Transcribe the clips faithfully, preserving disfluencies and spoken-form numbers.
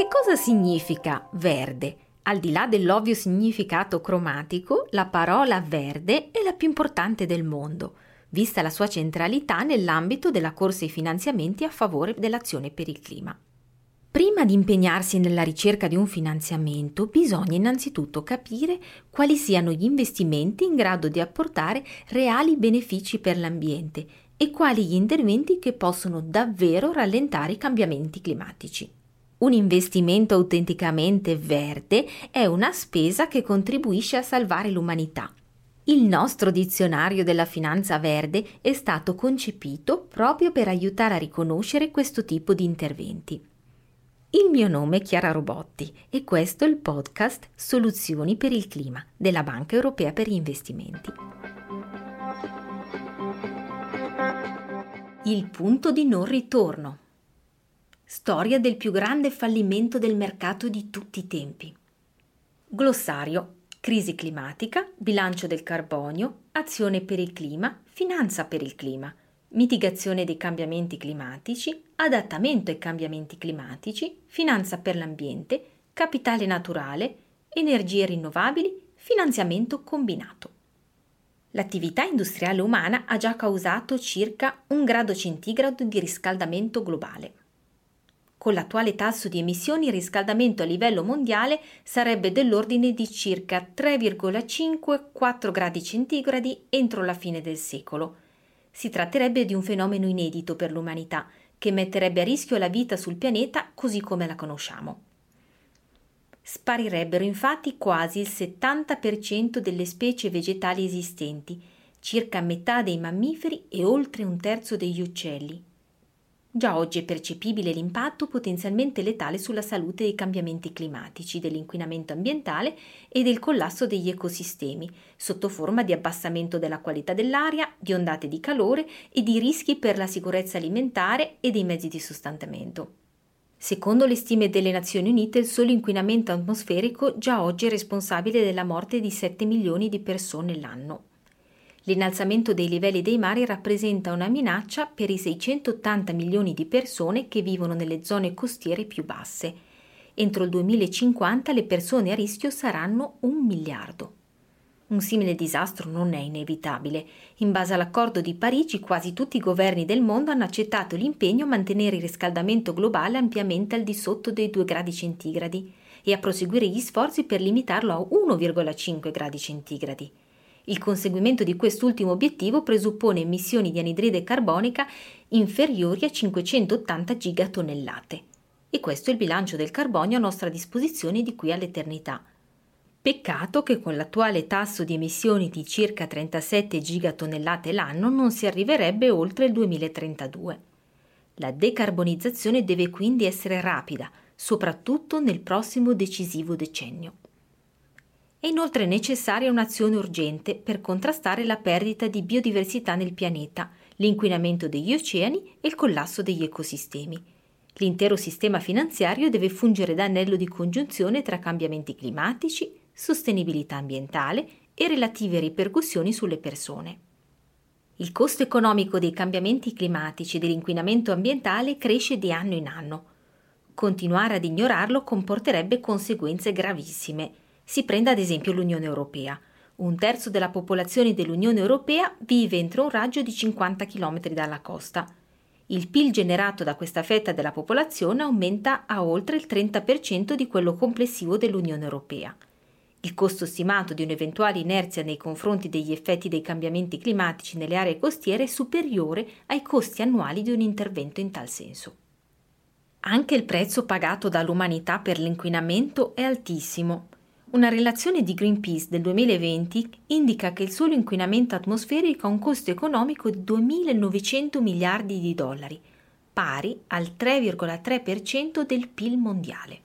Che cosa significa verde? Al di là dell'ovvio significato cromatico, la parola verde è la più importante del mondo, vista la sua centralità nell'ambito della corsa ai finanziamenti a favore dell'azione per il clima. Prima di impegnarsi nella ricerca di un finanziamento, bisogna innanzitutto capire quali siano gli investimenti in grado di apportare reali benefici per l'ambiente e quali gli interventi che possono davvero rallentare i cambiamenti climatici. Un investimento autenticamente verde è una spesa che contribuisce a salvare l'umanità. Il nostro dizionario della finanza verde è stato concepito proprio per aiutare a riconoscere questo tipo di interventi. Il mio nome è Chiara Robotti e questo è il podcast Soluzioni per il clima della Banca Europea per gli Investimenti. Il punto di non ritorno. Storia del più grande fallimento del mercato di tutti i tempi. Glossario: crisi climatica, bilancio del carbonio, azione per il clima, finanza per il clima, mitigazione dei cambiamenti climatici, adattamento ai cambiamenti climatici, finanza per l'ambiente, capitale naturale, energie rinnovabili, finanziamento combinato. L'attività industriale umana ha già causato circa un grado centigrado di riscaldamento globale. Con l'attuale tasso di emissioni il riscaldamento a livello mondiale sarebbe dell'ordine di circa tre virgola cinque quattro gradi centigradi entro la fine del secolo. Si tratterebbe di un fenomeno inedito per l'umanità, che metterebbe a rischio la vita sul pianeta così come la conosciamo. Sparirebbero infatti quasi il settanta per cento delle specie vegetali esistenti, circa metà dei mammiferi e oltre un terzo degli uccelli. Già oggi è percepibile l'impatto potenzialmente letale sulla salute dei cambiamenti climatici, dell'inquinamento ambientale e del collasso degli ecosistemi, sotto forma di abbassamento della qualità dell'aria, di ondate di calore e di rischi per la sicurezza alimentare e dei mezzi di sostentamento. Secondo le stime delle Nazioni Unite, il solo inquinamento atmosferico già oggi è responsabile della morte di sette milioni di persone l'anno. L'innalzamento dei livelli dei mari rappresenta una minaccia per i seicentottanta milioni di persone che vivono nelle zone costiere più basse. Entro il duemilacinquanta le persone a rischio saranno un miliardo. Un simile disastro non è inevitabile. In base all'Accordo di Parigi, quasi tutti i governi del mondo hanno accettato l'impegno a mantenere il riscaldamento globale ampiamente al di sotto dei due gradi centigradi e a proseguire gli sforzi per limitarlo a uno virgola cinque gradi centigradi. Il conseguimento di quest'ultimo obiettivo presuppone emissioni di anidride carbonica inferiori a cinquecentottanta gigatonnellate. E questo è il bilancio del carbonio a nostra disposizione di qui all'eternità. Peccato che con l'attuale tasso di emissioni di circa trentasette gigatonnellate l'anno non si arriverebbe oltre il duemilatrentadue. La decarbonizzazione deve quindi essere rapida, soprattutto nel prossimo decisivo decennio. È inoltre necessaria un'azione urgente per contrastare la perdita di biodiversità nel pianeta, l'inquinamento degli oceani e il collasso degli ecosistemi. L'intero sistema finanziario deve fungere da anello di congiunzione tra cambiamenti climatici, sostenibilità ambientale e relative ripercussioni sulle persone. Il costo economico dei cambiamenti climatici e dell'inquinamento ambientale cresce di anno in anno. Continuare ad ignorarlo comporterebbe conseguenze gravissime. Si prenda ad esempio l'Unione Europea. Un terzo della popolazione dell'Unione Europea vive entro un raggio di cinquanta chilometri dalla costa. Il P I L generato da questa fetta della popolazione aumenta a oltre il trenta per cento di quello complessivo dell'Unione Europea. Il costo stimato di un'eventuale inerzia nei confronti degli effetti dei cambiamenti climatici nelle aree costiere è superiore ai costi annuali di un intervento in tal senso. Anche il prezzo pagato dall'umanità per l'inquinamento è altissimo. Una relazione di Greenpeace del duemilaventi indica che il solo inquinamento atmosferico ha un costo economico di duemilanovecento miliardi di dollari, pari al tre virgola tre per cento del P I L mondiale.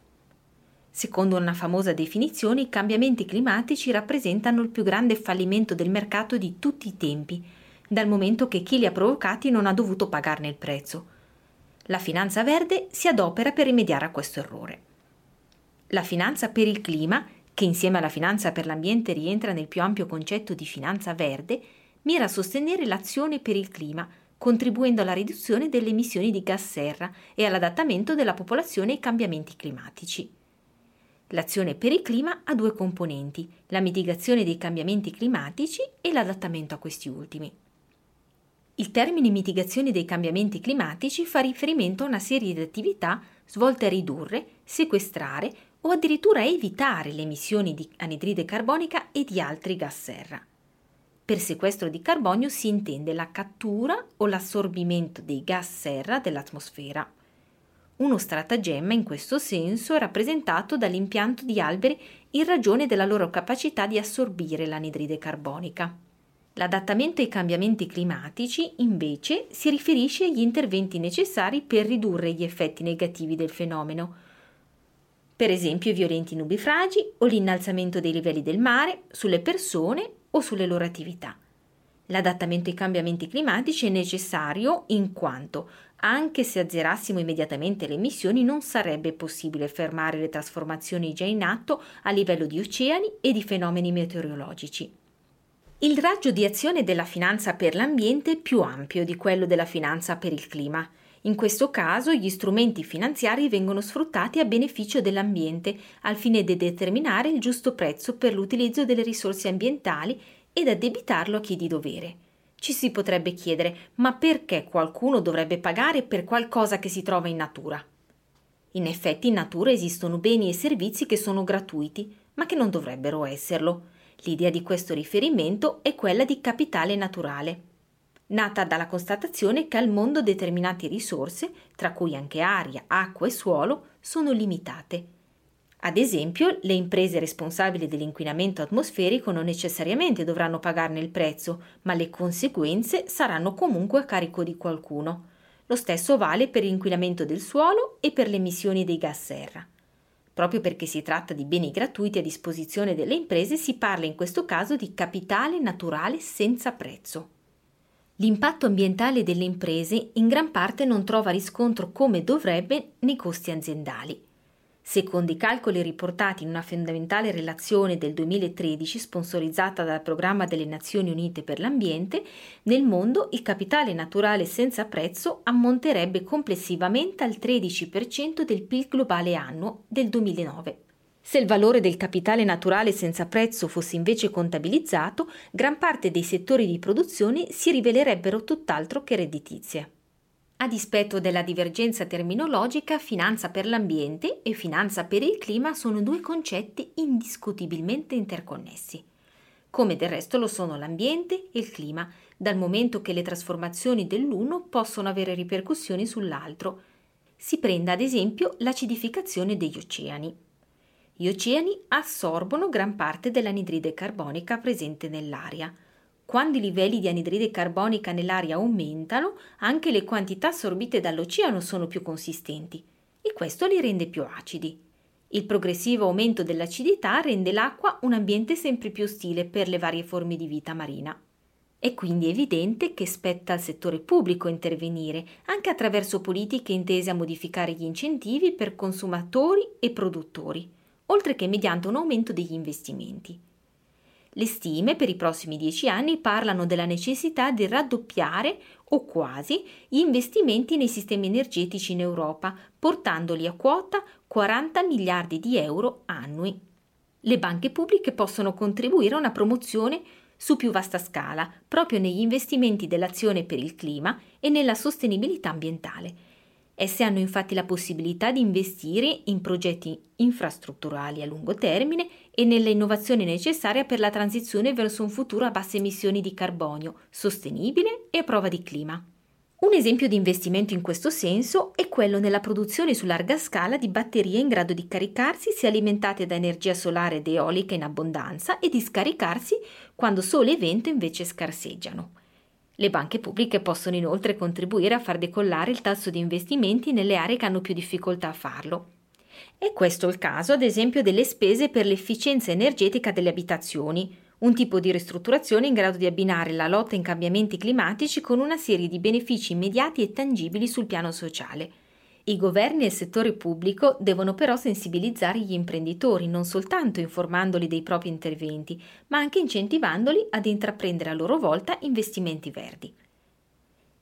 Secondo una famosa definizione, i cambiamenti climatici rappresentano il più grande fallimento del mercato di tutti i tempi, dal momento che chi li ha provocati non ha dovuto pagarne il prezzo. La finanza verde si adopera per rimediare a questo errore. La finanza per il clima, che insieme alla finanza per l'ambiente rientra nel più ampio concetto di finanza verde, mira a sostenere l'azione per il clima, contribuendo alla riduzione delle emissioni di gas serra e all'adattamento della popolazione ai cambiamenti climatici. L'azione per il clima ha due componenti, la mitigazione dei cambiamenti climatici e l'adattamento a questi ultimi. Il termine mitigazione dei cambiamenti climatici fa riferimento a una serie di attività svolte a ridurre, sequestrare o addirittura evitare le emissioni di anidride carbonica e di altri gas serra. Per sequestro di carbonio si intende la cattura o l'assorbimento dei gas serra dell'atmosfera. Uno stratagemma in questo senso è rappresentato dall'impianto di alberi in ragione della loro capacità di assorbire l'anidride carbonica. L'adattamento ai cambiamenti climatici, invece, si riferisce agli interventi necessari per ridurre gli effetti negativi del fenomeno, per esempio i violenti nubifragi o l'innalzamento dei livelli del mare sulle persone o sulle loro attività. L'adattamento ai cambiamenti climatici è necessario in quanto, anche se azzerassimo immediatamente le emissioni, non sarebbe possibile fermare le trasformazioni già in atto a livello di oceani e di fenomeni meteorologici. Il raggio di azione della finanza per l'ambiente è più ampio di quello della finanza per il clima. In questo caso gli strumenti finanziari vengono sfruttati a beneficio dell'ambiente al fine di determinare il giusto prezzo per l'utilizzo delle risorse ambientali ed addebitarlo a chi di dovere. Ci si potrebbe chiedere: ma perché qualcuno dovrebbe pagare per qualcosa che si trova in natura? In effetti in natura esistono beni e servizi che sono gratuiti, ma che non dovrebbero esserlo. L'idea di questo riferimento è quella di capitale naturale, nata dalla constatazione che al mondo determinate risorse, tra cui anche aria, acqua e suolo, sono limitate. Ad esempio, le imprese responsabili dell'inquinamento atmosferico non necessariamente dovranno pagarne il prezzo, ma le conseguenze saranno comunque a carico di qualcuno. Lo stesso vale per l'inquinamento del suolo e per le emissioni dei gas serra. Proprio perché si tratta di beni gratuiti a disposizione delle imprese, si parla in questo caso di capitale naturale senza prezzo. L'impatto ambientale delle imprese in gran parte non trova riscontro come dovrebbe nei costi aziendali. Secondo i calcoli riportati in una fondamentale relazione del duemilatredici sponsorizzata dal Programma delle Nazioni Unite per l'Ambiente, nel mondo il capitale naturale senza prezzo ammonterebbe complessivamente al tredici per cento del P I L globale annuo del duemilanove. Se il valore del capitale naturale senza prezzo fosse invece contabilizzato, gran parte dei settori di produzione si rivelerebbero tutt'altro che redditizie. A dispetto della divergenza terminologica, finanza per l'ambiente e finanza per il clima sono due concetti indiscutibilmente interconnessi, come del resto lo sono l'ambiente e il clima, dal momento che le trasformazioni dell'uno possono avere ripercussioni sull'altro. Si prenda ad esempio l'acidificazione degli oceani. Gli oceani assorbono gran parte dell'anidride carbonica presente nell'aria. Quando i livelli di anidride carbonica nell'aria aumentano, anche le quantità assorbite dall'oceano sono più consistenti e questo li rende più acidi. Il progressivo aumento dell'acidità rende l'acqua un ambiente sempre più ostile per le varie forme di vita marina. È quindi evidente che spetta al settore pubblico intervenire, anche attraverso politiche intese a modificare gli incentivi per consumatori e produttori, oltre che mediante un aumento degli investimenti. Le stime per i prossimi dieci anni parlano della necessità di raddoppiare o quasi gli investimenti nei sistemi energetici in Europa, portandoli a quota quaranta miliardi di euro annui. Le banche pubbliche possono contribuire a una promozione su più vasta scala, proprio negli investimenti dell'azione per il clima e nella sostenibilità ambientale. Esse hanno infatti la possibilità di investire in progetti infrastrutturali a lungo termine e nelle innovazioni necessarie per la transizione verso un futuro a basse emissioni di carbonio, sostenibile e a prova di clima. Un esempio di investimento in questo senso è quello nella produzione su larga scala di batterie in grado di caricarsi se alimentate da energia solare ed eolica in abbondanza e di scaricarsi quando sole e vento invece scarseggiano. Le banche pubbliche possono inoltre contribuire a far decollare il tasso di investimenti nelle aree che hanno più difficoltà a farlo. È questo il caso, ad esempio, delle spese per l'efficienza energetica delle abitazioni, un tipo di ristrutturazione in grado di abbinare la lotta ai cambiamenti climatici con una serie di benefici immediati e tangibili sul piano sociale. I governi e il settore pubblico devono però sensibilizzare gli imprenditori, non soltanto informandoli dei propri interventi, ma anche incentivandoli ad intraprendere a loro volta investimenti verdi.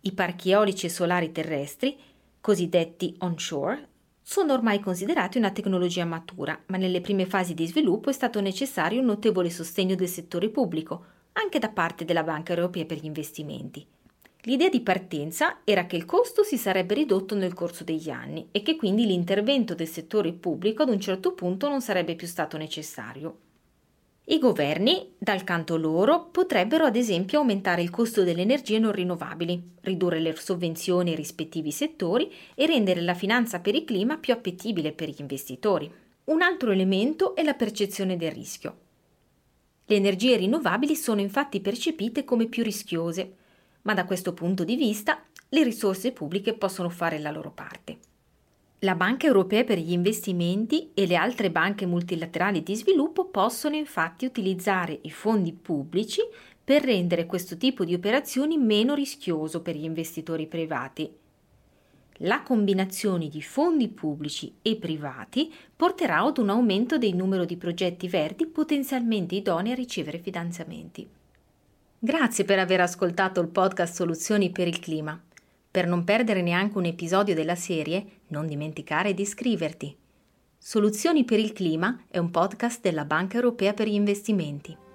I parchi eolici e solari terrestri, cosiddetti onshore, sono ormai considerati una tecnologia matura, ma nelle prime fasi di sviluppo è stato necessario un notevole sostegno del settore pubblico, anche da parte della Banca Europea per gli investimenti. L'idea di partenza era che il costo si sarebbe ridotto nel corso degli anni e che quindi l'intervento del settore pubblico ad un certo punto non sarebbe più stato necessario. I governi, dal canto loro, potrebbero ad esempio aumentare il costo delle energie non rinnovabili, ridurre le sovvenzioni ai rispettivi settori e rendere la finanza per il clima più appetibile per gli investitori. Un altro elemento è la percezione del rischio. Le energie rinnovabili sono infatti percepite come più rischiose, ma da questo punto di vista le risorse pubbliche possono fare la loro parte. La Banca Europea per gli investimenti e le altre banche multilaterali di sviluppo possono infatti utilizzare i fondi pubblici per rendere questo tipo di operazioni meno rischioso per gli investitori privati. La combinazione di fondi pubblici e privati porterà ad un aumento del numero di progetti verdi potenzialmente idonei a ricevere finanziamenti. Grazie per aver ascoltato il podcast Soluzioni per il clima. Per non perdere neanche un episodio della serie, non dimenticare di iscriverti. Soluzioni per il clima è un podcast della Banca Europea per gli investimenti.